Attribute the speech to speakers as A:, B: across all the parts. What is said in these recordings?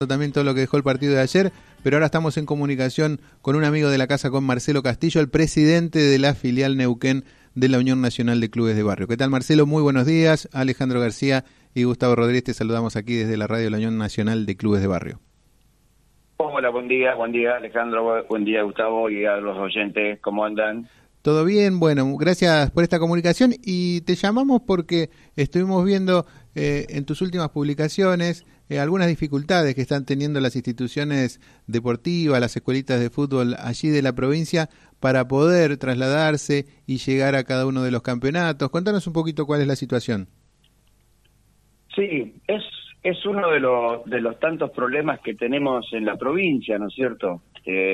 A: También todo lo que dejó el partido de ayer, pero ahora estamos en comunicación con un amigo de la casa, con Marcelo Castillo, el presidente de la filial Neuquén de la Unión Nacional de Clubes de Barrio. ¿Qué tal, Marcelo? Muy buenos días. Alejandro García y Gustavo Rodríguez te saludamos aquí desde la radio de la Unión Nacional de Clubes de Barrio.
B: Hola, buen día Alejandro, buen día Gustavo y a los oyentes, ¿cómo andan?
A: Todo bien, bueno, gracias por esta comunicación y te llamamos porque estuvimos viendo en tus últimas publicaciones algunas dificultades que están teniendo las instituciones deportivas, las escuelitas de fútbol allí de la provincia para poder trasladarse y llegar a cada uno de los campeonatos. Contanos un poquito cuál es la situación.
B: Sí, es uno de los tantos problemas que tenemos en la provincia, ¿no es cierto?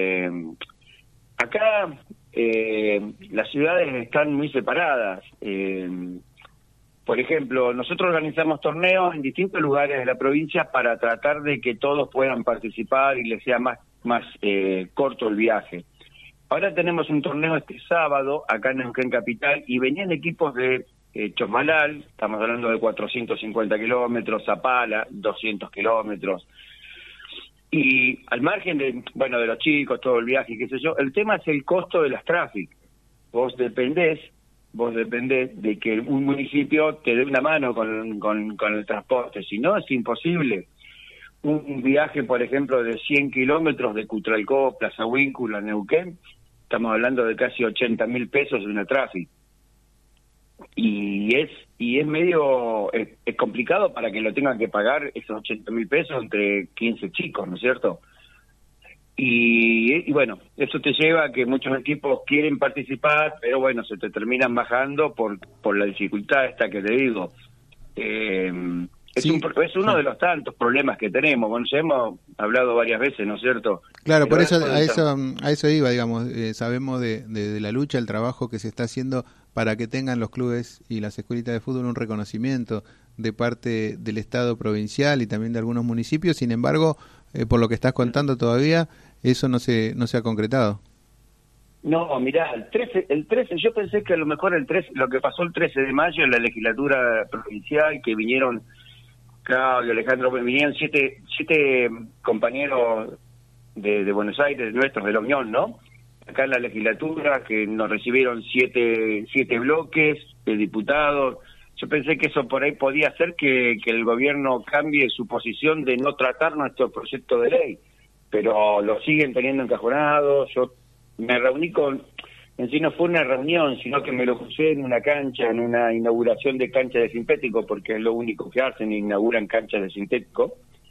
B: Acá las ciudades están muy separadas. Por ejemplo, nosotros organizamos torneos en distintos lugares de la provincia para tratar de que todos puedan participar y les sea más corto el viaje. Ahora tenemos un torneo este sábado acá en Neuquén Capital y venían equipos de Chosmalal, estamos hablando de 450 kilómetros, Zapala, 200 kilómetros. Y al margen de los chicos, todo el viaje y qué sé yo, el tema es el costo de las tráficas. Vos dependés de que un municipio te dé una mano con el transporte, si no es imposible. Un viaje, por ejemplo, de 100 kilómetros de Cutralcó, Plaza Huíncula, Neuquén, estamos hablando de casi 80.000 pesos de una tráfica. Y es medio es complicado para que lo tengan que pagar esos 80.000 pesos entre 15 chicos, ¿no es cierto? Y bueno, eso te lleva a que muchos equipos quieren participar, pero bueno, se te terminan bajando por la dificultad esta que te digo. Es uno de los tantos problemas que tenemos. Bueno, ya hemos hablado varias veces, ¿no es cierto?
A: Claro, pero por eso a eso iba, digamos. Sabemos de la lucha, el trabajo que se está haciendo para que tengan los clubes y las escuelitas de fútbol un reconocimiento de parte del Estado provincial y también de algunos municipios. Sin embargo, por lo que estás contando todavía, eso no se ha concretado. No,
B: mirá, el 13, yo pensé que a lo mejor lo que pasó el 13 de mayo en la legislatura provincial, que vinieron Claudio, Alejandro, vinieron siete compañeros de Buenos Aires, nuestros, de la Unión, ¿no? Acá en la legislatura, que nos recibieron siete bloques de diputados. Yo pensé que eso por ahí podía hacer que el gobierno cambie su posición de no tratar nuestro proyecto de ley, pero lo siguen teniendo encajonado. Yo me reuní en sí no fue una reunión, sino que me lo puse en una cancha, en una inauguración de cancha de sintético, porque es lo único que hacen, inauguran canchas de sintético,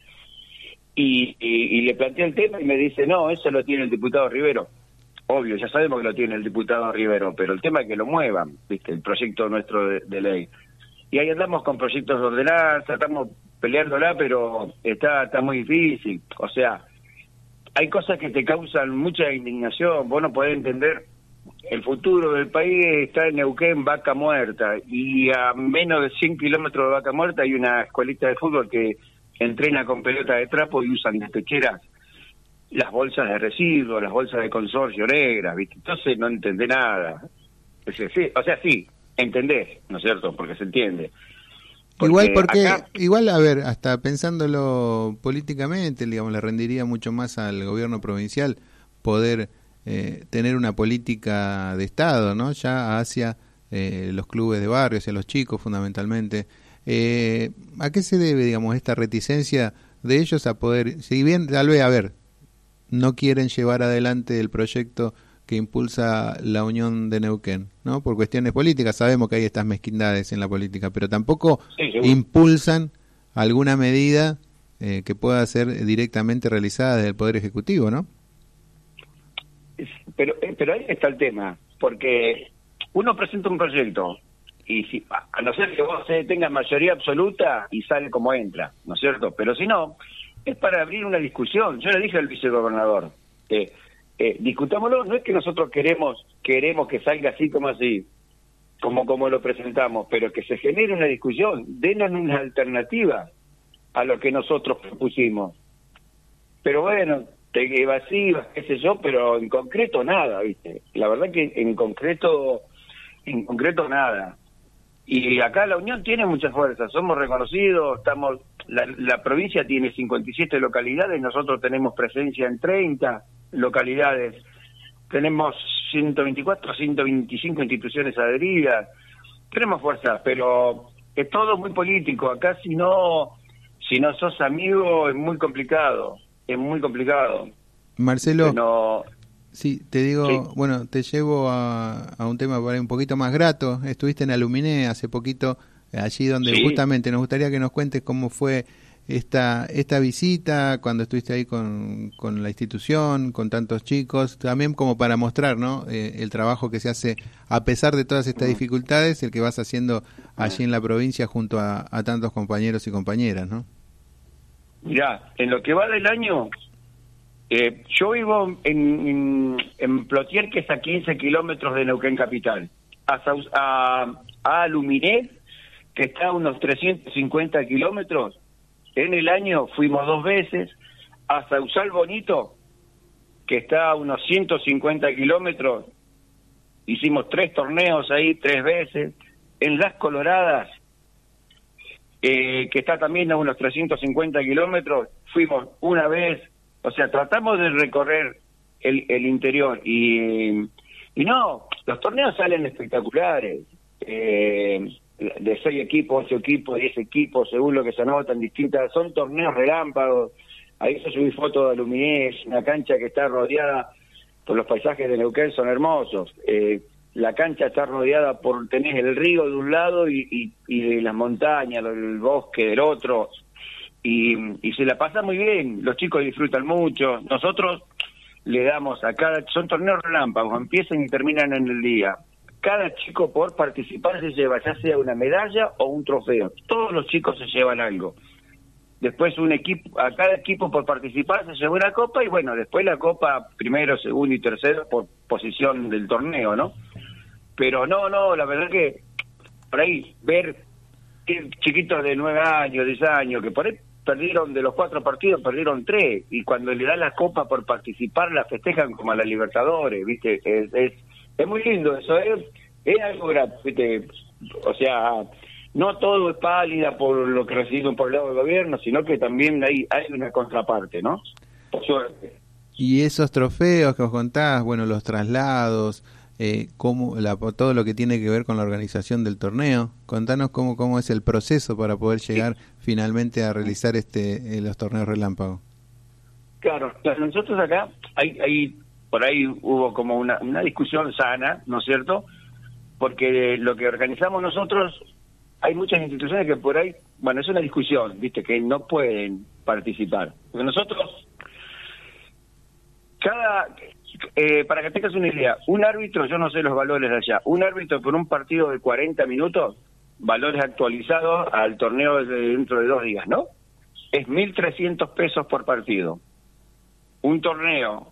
B: y le planteé el tema y me dice, no, eso lo tiene el diputado Rivero. Obvio, ya sabemos que lo tiene el diputado Rivero, pero el tema es que lo muevan, ¿viste? El proyecto nuestro de ley. Y ahí andamos con proyectos de ordenanza, estamos peleándola, pero está muy difícil. O sea, hay cosas que te causan mucha indignación. Vos no podés entender, el futuro del país está en Neuquén, Vaca Muerta, y a menos de 100 kilómetros de Vaca Muerta hay una escuelita de fútbol que entrena con pelota de trapo y usan de pecheras las bolsas de residuos, las bolsas de consorcio negras, ¿viste? Entonces no entendés nada. Sí, entendés, ¿no es cierto? Porque se entiende.
A: Igual, a ver, hasta pensándolo políticamente, digamos, le rendiría mucho más al gobierno provincial poder tener una política de Estado, ¿no? Ya hacia los clubes de barrio, hacia los chicos fundamentalmente. ¿A qué se debe, digamos, esta reticencia de ellos a poder, si bien tal vez, a ver, no quieren llevar adelante el proyecto que impulsa la Unión de Neuquén, ¿no? Por cuestiones políticas, sabemos que hay estas mezquindades en la política, pero tampoco impulsan alguna medida que pueda ser directamente realizada desde el Poder Ejecutivo, ¿no?
B: Pero ahí está el tema, porque uno presenta un proyecto y a no ser que vos tengas mayoría absoluta y sale como entra, ¿no es cierto? Pero si no, es para abrir una discusión. Yo le dije al vicegobernador, discutámoslo, no es que nosotros queremos que salga así, como lo presentamos, pero que se genere una discusión, denos una alternativa a lo que nosotros propusimos. Pero bueno, te evasivas, qué sé yo, pero en concreto nada, ¿viste? La verdad que en concreto nada. Y acá la Unión tiene mucha fuerza, somos reconocidos, la provincia tiene 57 localidades, nosotros tenemos presencia en 30 localidades, tenemos 124, 125 instituciones adheridas, tenemos fuerza, pero es todo muy político. Acá si no sos amigo es muy complicado,
A: Marcelo,
B: no,
A: sí, te digo,
B: sí.
A: bueno, te llevo a un tema por ahí un poquito más grato. Estuviste en Aluminé hace poquito, allí donde
B: Sí,
A: justamente nos gustaría que nos cuentes cómo fue esta visita, cuando estuviste ahí con la institución, con tantos chicos, también como para mostrar, ¿no? El trabajo que se hace a pesar de todas estas dificultades, el que vas haciendo allí en la provincia junto a tantos compañeros y compañeras, ¿no?
B: mirá, en lo que va del año, yo vivo en Plotier, que es a 15 kilómetros de Neuquén Capital, a Aluminé, que está a unos 350 kilómetros. En el año fuimos 2 veces, a Sausal Bonito, que está a unos 150 kilómetros, hicimos 3 torneos ahí 3 veces. En Las Coloradas, que está también a unos 350 kilómetros, fuimos una vez. O sea, tratamos de recorrer el interior y no, los torneos salen espectaculares. De 6 equipos, 8 equipos, 10 equipos, según lo que se anotan, distintas, son torneos relámpagos. Ahí yo subí fotos de Aluminé, una cancha que está rodeada por los paisajes de Neuquén, son hermosos. La cancha está rodeada tenés el río de un lado y las montañas, el bosque del otro, y se la pasa muy bien, los chicos disfrutan mucho. Nosotros le damos son torneos relámpagos, empiezan y terminan en el día. Cada chico por participar se lleva ya sea una medalla o un trofeo. Todos los chicos se llevan algo. Después a cada equipo por participar se lleva una copa y bueno, después la copa primero, segundo y tercero por posición del torneo, ¿no? Pero no, la verdad que por ahí ver que chiquitos de 9 años, 10 años, que por ahí perdieron de los 4 partidos, perdieron 3, y cuando le dan la copa por participar la festejan como a la Libertadores, ¿viste? Es muy lindo eso, es algo grato, ¿viste? O sea, no todo es pálida por lo que recibimos por el lado del gobierno, sino que también hay una contraparte, ¿no? Por suerte.
A: Y esos trofeos que os contás, bueno, los traslados, todo lo que tiene que ver con la organización del torneo, contanos cómo es el proceso para poder llegar finalmente a realizar los torneos relámpagos.
B: Claro, nosotros acá por ahí hubo como una discusión sana, ¿no es cierto? Porque lo que organizamos nosotros, hay muchas instituciones que por ahí, bueno, es una discusión, ¿viste? Que no pueden participar. Porque nosotros, para que tengas una idea, un árbitro, yo no sé los valores de allá, un árbitro por un partido de 40 minutos, valores actualizados al torneo dentro de 2 días, ¿no? Es 1.300 pesos por partido. Un torneo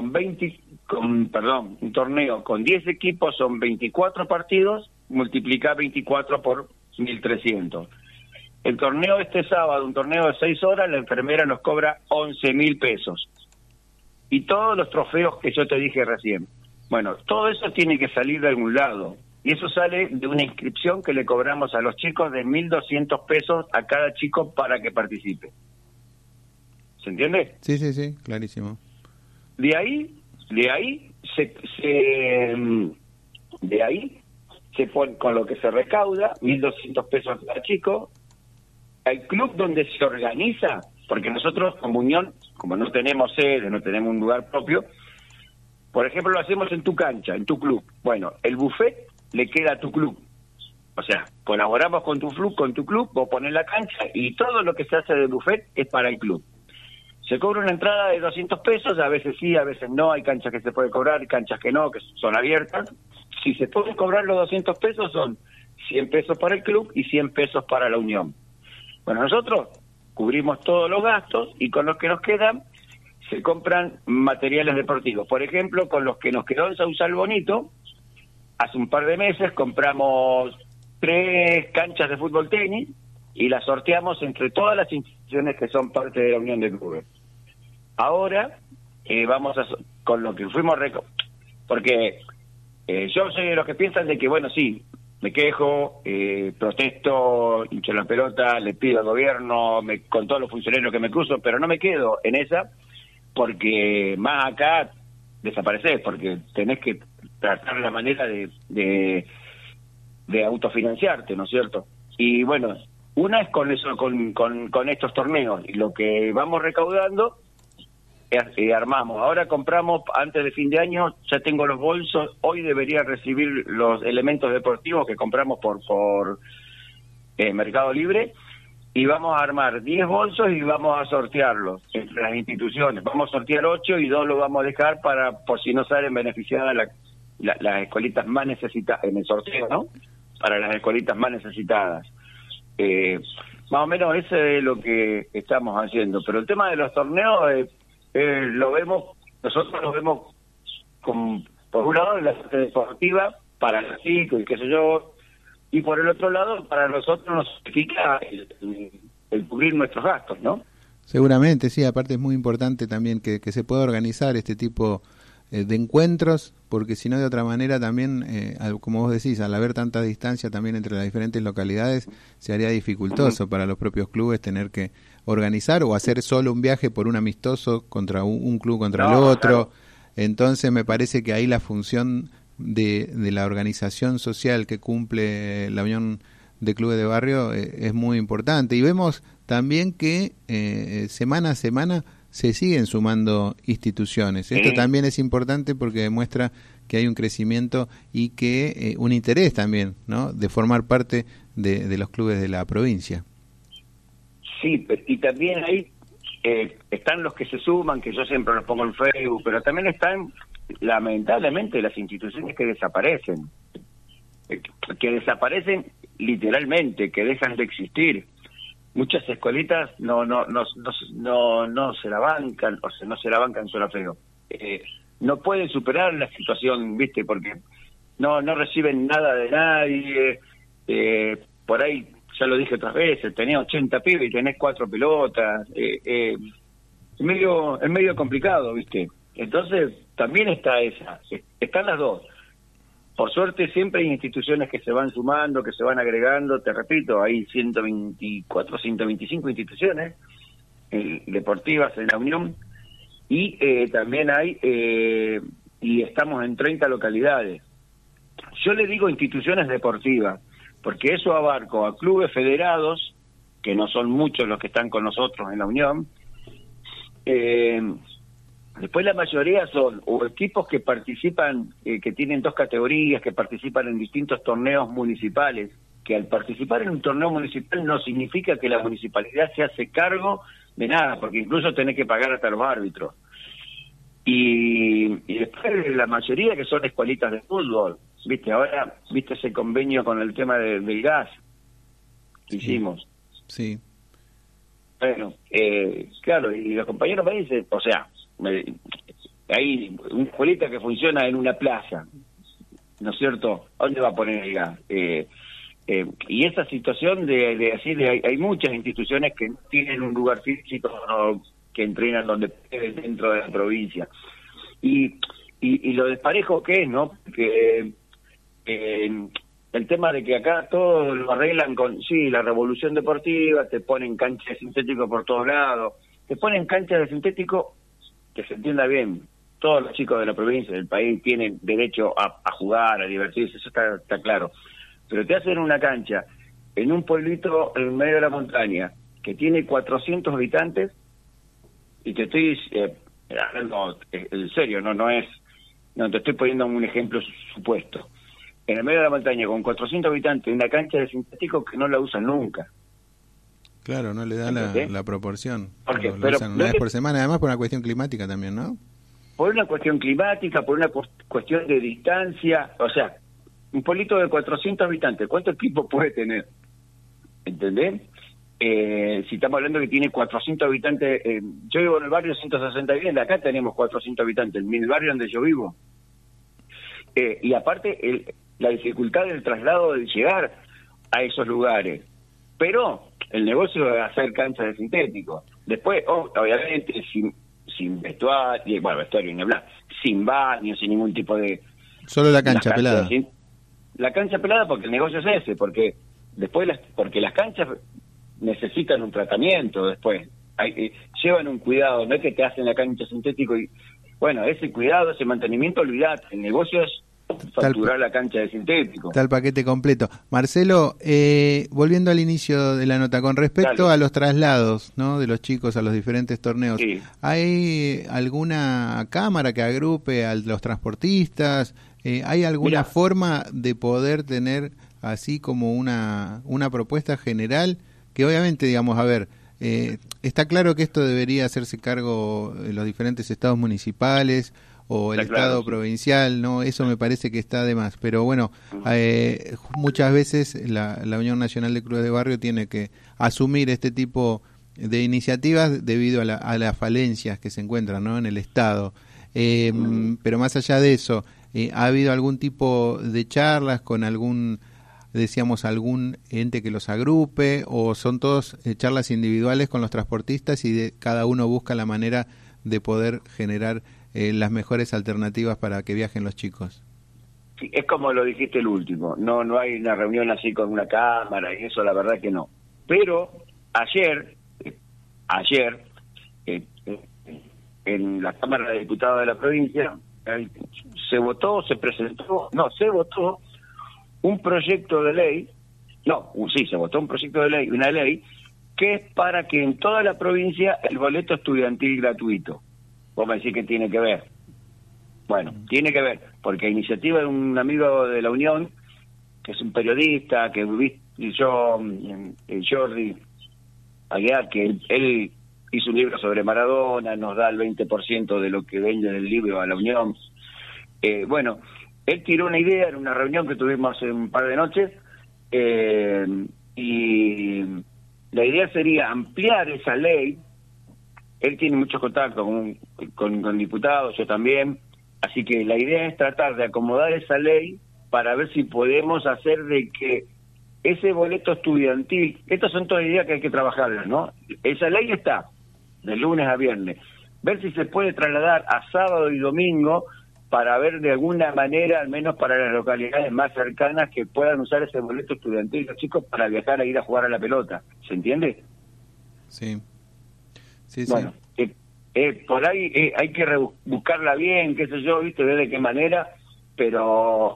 B: un torneo con 10 equipos son 24 partidos, multiplica 24 por 1.300. El torneo este sábado, un torneo de 6 horas, la enfermera nos cobra 11.000 pesos. Y todos los trofeos que yo te dije recién. Bueno, todo eso tiene que salir de algún lado. Y eso sale de una inscripción que le cobramos a los chicos de 1.200 pesos a cada chico para que participe. ¿Se entiende?
A: Sí, clarísimo.
B: De ahí se pone con lo que se recauda, 1.200 pesos cada chico, al club donde se organiza, porque nosotros como Unión, como no tenemos sede, no tenemos un lugar propio, por ejemplo lo hacemos en tu cancha, en tu club. Bueno, el buffet le queda a tu club. O sea, colaboramos con tu club, vos ponés la cancha y todo lo que se hace del buffet es para el club. Se cobra una entrada de 200 pesos, a veces sí, a veces no, hay canchas que se puede cobrar, canchas que no, que son abiertas. Si se pueden cobrar los 200 pesos son 100 pesos para el club y 100 pesos para la Unión. Bueno, nosotros cubrimos todos los gastos y con los que nos quedan se compran materiales deportivos. Por ejemplo, con los que nos quedó en Sausal Bonito, hace un par de meses compramos 3 canchas de fútbol tenis y las sorteamos entre todas las instituciones que son parte de la Unión de Clubes. Ahora vamos con lo que fuimos porque yo soy de los que piensan de que, bueno, sí, me quejo, protesto, hincho la pelota, le pido al gobierno, con todos los funcionarios que me cruzo, pero no me quedo en esa, porque más acá desapareces, porque tenés que tratar la manera de autofinanciarte, ¿no es cierto? Y bueno, una es con eso, con estos torneos, y lo que vamos recaudando armamos. Ahora compramos, antes de fin de año, ya tengo los bolsos, hoy debería recibir los elementos deportivos que compramos por Mercado Libre, y vamos a armar 10 bolsos y vamos a sortearlos entre las instituciones. Vamos a sortear 8 y 2 los vamos a dejar por si no salen beneficiadas las escuelitas más necesitadas, en el sorteo, ¿no? Para las escuelitas más necesitadas. Más o menos ese es lo que estamos haciendo. Pero el tema de los torneos... nosotros lo vemos por un lado en la parte deportiva para los chicos y qué sé yo, y por el otro lado para nosotros nos significa el cubrir nuestros gastos, ¿no?
A: Seguramente, sí, aparte es muy importante también que se pueda organizar este tipo de encuentros, porque si no de otra manera también, como vos decís, al haber tanta distancia también entre las diferentes localidades, se haría dificultoso para los propios clubes tener que organizar o hacer solo un viaje por un amistoso contra un club contra el otro. Claro. Entonces me parece que ahí la función de la organización social que cumple la Unión de Clubes de Barrio es muy importante, y vemos también que semana a semana se siguen sumando instituciones. Esto también es importante porque demuestra que hay un crecimiento y que un interés también, ¿no?, de formar parte de los clubes de la provincia.
B: Sí, y también ahí están los que se suman, que yo siempre los pongo en Facebook, pero también están, lamentablemente, las instituciones que desaparecen literalmente, que dejan de existir. Muchas escuelitas no se la bancan, o sea, no se la bancan, suena feo. No pueden superar la situación, ¿viste? Porque no reciben nada de nadie. Por ahí, ya lo dije otras veces, tenés 80 pibes y tenés 4 pelotas. Es medio complicado, ¿viste? Entonces, también están las dos. Por suerte siempre hay instituciones que se van sumando, que se van agregando, te repito, hay 124, 125 instituciones deportivas en la Unión, y también hay, y estamos en 30 localidades. Yo le digo instituciones deportivas, porque eso abarca a clubes federados, que no son muchos los que están con nosotros en la Unión. Después la mayoría son o equipos que participan, que tienen 2 categorías, que participan en distintos torneos municipales, que al participar en un torneo municipal no significa que la municipalidad se hace cargo de nada, porque incluso tenés que pagar hasta los árbitros. Y después la mayoría que son escuelitas de fútbol, ¿viste? Ahora, ¿viste ese convenio con el tema del gas que hicimos?
A: Sí.
B: Bueno, claro, y los compañeros me dicen, o sea, hay una escuelita que funciona en una plaza, ¿no es cierto? ¿A dónde va a poner el gas? Y esa situación hay muchas instituciones que tienen un lugar físico, ¿no?, que entrenan dentro de la provincia. Y lo desparejo que es, ¿no? Que el tema de que acá todo lo arreglan con, la revolución deportiva, te ponen canchas de sintético por todos lados, te ponen canchas de sintético, que se entienda bien, todos los chicos de la provincia, del país, tienen derecho a jugar, a divertirse, eso está claro. Pero te hacen una cancha en un pueblito en medio de la montaña, que tiene 400 habitantes, y te estoy hablando en serio, no te estoy poniendo un ejemplo supuesto. En el medio de la montaña, con 400 habitantes, una cancha de sintético que no la usan nunca.
A: Claro, no le da la proporción.
B: ¿Por qué?
A: Lo usan una vez por semana, además por una cuestión climática también, ¿no?
B: Por una cuestión climática, por una cuestión de distancia. O sea, un pueblito de 400 habitantes, ¿cuánto equipo puede tener? ¿Entendés? Si estamos hablando que tiene 400 habitantes, yo vivo en el barrio 160 viviendas, acá tenemos 400 habitantes, en el barrio donde yo vivo. Y aparte, la dificultad del traslado, de llegar a esos lugares. Pero el negocio es hacer canchas de sintético. Después, obviamente, sin vestuario, vestuario ni hablar, sin baño, sin ningún tipo de...
A: Solo la cancha pelada.
B: la cancha pelada porque el negocio es ese, porque después porque las canchas necesitan un tratamiento después, llevan un cuidado, no es que te hacen la cancha sintético y bueno, ese cuidado, ese mantenimiento, olvidate, el negocio es facturar la cancha de sintético.
A: Tal paquete completo. Marcelo, volviendo al inicio de la nota, con respecto a los traslados, ¿no?, de los chicos a los diferentes torneos, sí. ¿Hay alguna cámara que agrupe a los transportistas? ¿Hay alguna forma de poder tener así como una propuesta general? Que obviamente, digamos, a ver, está claro que esto debería hacerse cargo de los diferentes estados municipales o el estado provincial, ¿no? Eso me parece que está de más. Pero bueno, muchas veces la Unión Nacional de Clubes de Barrio tiene que asumir este tipo de iniciativas debido a las falencias que se encuentran, ¿no?, en el estado. Pero más allá de eso, ¿ha habido algún tipo de charlas con algún ente que los agrupe, o son todos charlas individuales con los transportistas y cada uno busca la manera de poder generar las mejores alternativas para que viajen los chicos?
B: Sí, es como lo dijiste el último, no hay una reunión así con una cámara y eso, la verdad que no. Pero ayer en la Cámara de Diputados de la provincia se votó un proyecto de ley, se votó un proyecto de ley, una ley que es para que en toda la provincia el boleto estudiantil gratuito. Vos me decís que tiene que ver. Bueno, tiene que ver, porque a iniciativa de un amigo de la Unión, que es un periodista, que Jordi Aguiar, que él hizo un libro sobre Maradona, nos da el 20% de lo que vende del libro a la Unión. Bueno, él tiró una idea en una reunión que tuvimos hace un par de noches, y la idea sería ampliar esa ley. Él tiene mucho contacto con diputados, yo también, así que la idea es tratar de acomodar esa ley para ver si podemos hacer de que ese boleto estudiantil, estas son todas ideas que hay que trabajarlas, ¿no? Esa ley está, de lunes a viernes, ver si se puede trasladar a sábado y domingo para ver de alguna manera, al menos para las localidades más cercanas, que puedan usar ese boleto estudiantil los chicos para viajar a ir a jugar a la pelota, ¿se entiende?
A: Sí. Sí,
B: bueno, por ahí hay que buscarla bien, qué sé yo, viste, ver de qué manera, pero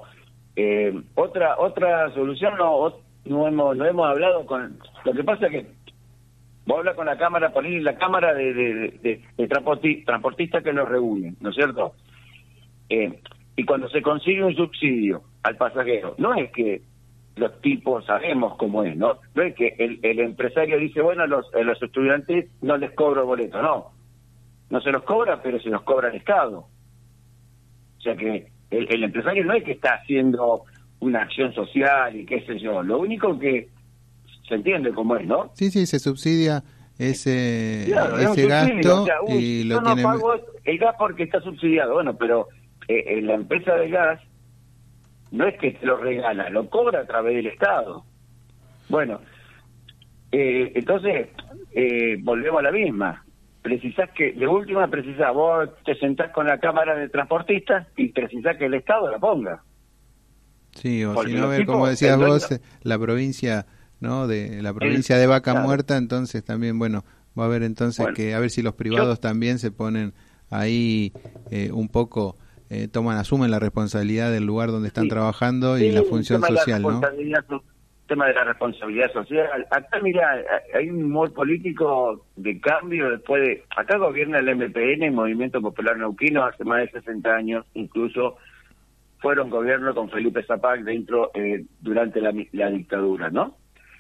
B: otra solución no hemos hablado con. Lo que pasa es que vos hablas con la cámara, ponés la cámara de transportistas que nos reúnen, ¿no es cierto? Y cuando se consigue un subsidio al pasajero, no es que los tipos sabemos cómo es, ¿no? No es que el empresario dice, bueno, a los estudiantes no les cobro boleto, no se los cobra, pero se los cobra el Estado. O sea que el empresario no es que está haciendo una acción social y qué sé yo, lo único que se entiende cómo es, ¿no?
A: Sí, se subsidia ese gasto,
B: o sea, y yo no pago el gas porque está subsidiado, bueno, pero la empresa de gas no es que te lo regala, lo cobra a través del Estado. Bueno, entonces volvemos a la misma. Precisás vos te sentás con la Cámara de Transportistas y precisás que el Estado la ponga.
A: Sí, o si no, ver, como decías vos, la provincia, ¿no?, de la provincia de Vaca Muerta, entonces también, bueno, va a haber entonces que a ver si los privados también se ponen ahí un poco, asumen la responsabilidad del lugar donde están trabajando y la función social, ¿no?
B: Tema de la responsabilidad social. Acá, mira, hay un humor político de cambio después de. Acá gobierna el MPN, el Movimiento Popular Neuquino, hace más de 60 años, incluso fueron gobierno con Felipe Zapac durante la dictadura, ¿no?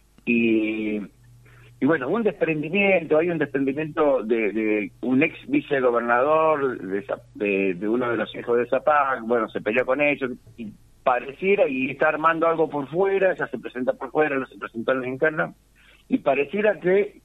B: Y bueno, hay un desprendimiento de un ex vicegobernador de uno de los hijos de Zapac, bueno, se peleó con ellos y pareciera, y está armando algo por fuera, ya se presenta por fuera, no se presentó en la interna, y pareciera que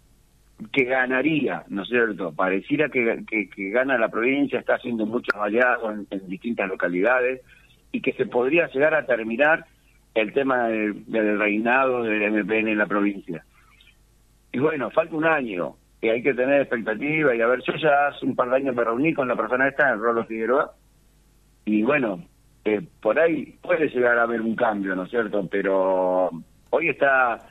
B: ganaría, ¿no es cierto? Pareciera que gana la provincia, está haciendo muchos aliados en distintas localidades, y que se podría llegar a terminar el tema del reinado del MPN en la provincia. Y bueno, falta un año, que hay que tener expectativa, y a ver, yo ya hace un par de años me reuní con la persona esta, Rolo Figueroa, y bueno, por ahí puede llegar a haber un cambio, ¿no es cierto? Pero hoy está...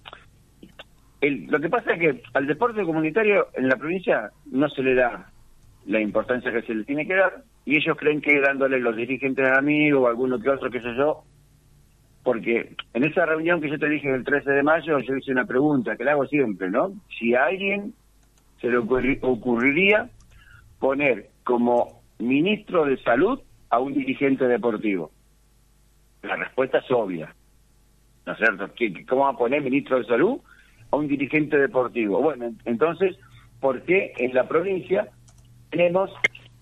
B: lo que pasa es que al deporte comunitario en la provincia no se le da la importancia que se le tiene que dar, y ellos creen que dándole los dirigentes amigos o alguno que otro, qué sé yo, porque en esa reunión que yo te dije el 13 de mayo, yo hice una pregunta que la hago siempre, ¿no? Si a alguien se le ocurriría poner como ministro de salud a un dirigente deportivo. La respuesta es obvia, ¿no es cierto? ¿Cómo va a poner ministro de salud a un dirigente deportivo? Bueno, entonces, ¿por qué en la provincia tenemos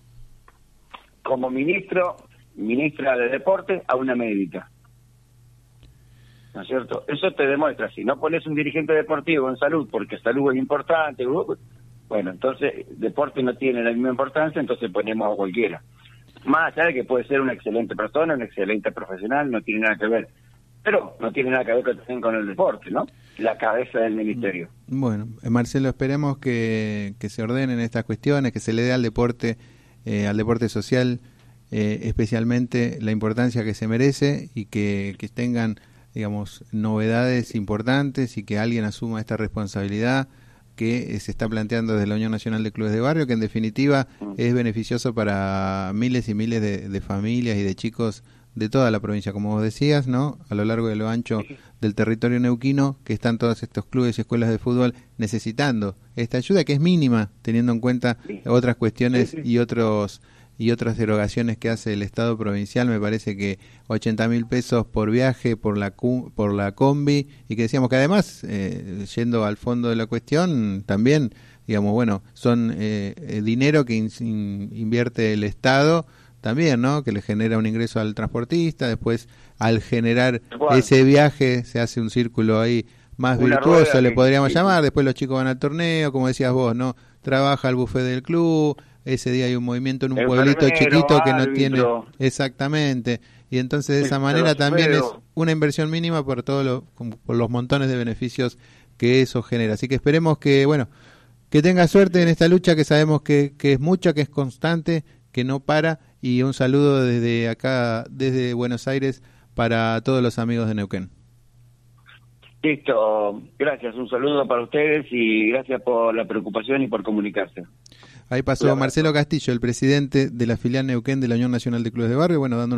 B: como ministra de deporte a una médica? ¿No es cierto? Eso te demuestra, si no pones un dirigente deportivo en salud, porque salud es importante, bueno, entonces deporte no tiene la misma importancia, entonces ponemos a cualquiera. Más allá de que puede ser una excelente persona, una excelente profesional, no tiene nada que ver. Pero no tiene nada que ver también con el deporte, ¿no? La cabeza del ministerio.
A: Bueno, Marcelo, esperemos que se ordenen estas cuestiones, que se le dé al deporte social, especialmente la importancia que se merece, y que tengan, digamos, novedades importantes, y que alguien asuma esta responsabilidad que se está planteando desde la Unión Nacional de Clubes de Barrio, que en definitiva es beneficioso para miles y miles de familias y de chicos de toda la provincia, como vos decías, ¿no? A lo largo y a lo ancho del territorio neuquino, que están todos estos clubes y escuelas de fútbol necesitando esta ayuda, que es mínima, teniendo en cuenta otras cuestiones y otras erogaciones que hace el Estado provincial. Me parece que 80.000 pesos por viaje, por la combi, y que decíamos que además, yendo al fondo de la cuestión, también, digamos, bueno, son dinero que invierte el Estado también, ¿no? Que le genera un ingreso al transportista. Después, al generar ese viaje, se hace un círculo ahí más virtuoso, le podríamos llamar. Después los chicos van al torneo, como decías vos, ¿no? Trabaja el buffet del club. Ese día hay un movimiento en un pueblito chiquito que no tiene... Exactamente. Y entonces de esa manera también es una inversión mínima por por los montones de beneficios que eso genera. Así que esperemos que, bueno, que tenga suerte en esta lucha, que sabemos que es mucha, que es constante, que no para. Y un saludo desde acá, desde Buenos Aires, para todos los amigos de Neuquén.
B: Listo, gracias, un saludo para ustedes y gracias por la preocupación y por comunicarse.
A: Ahí pasó Marcelo Castillo, el presidente de la filial Neuquén de la Unión Nacional de Clubes de Barrio, bueno, dando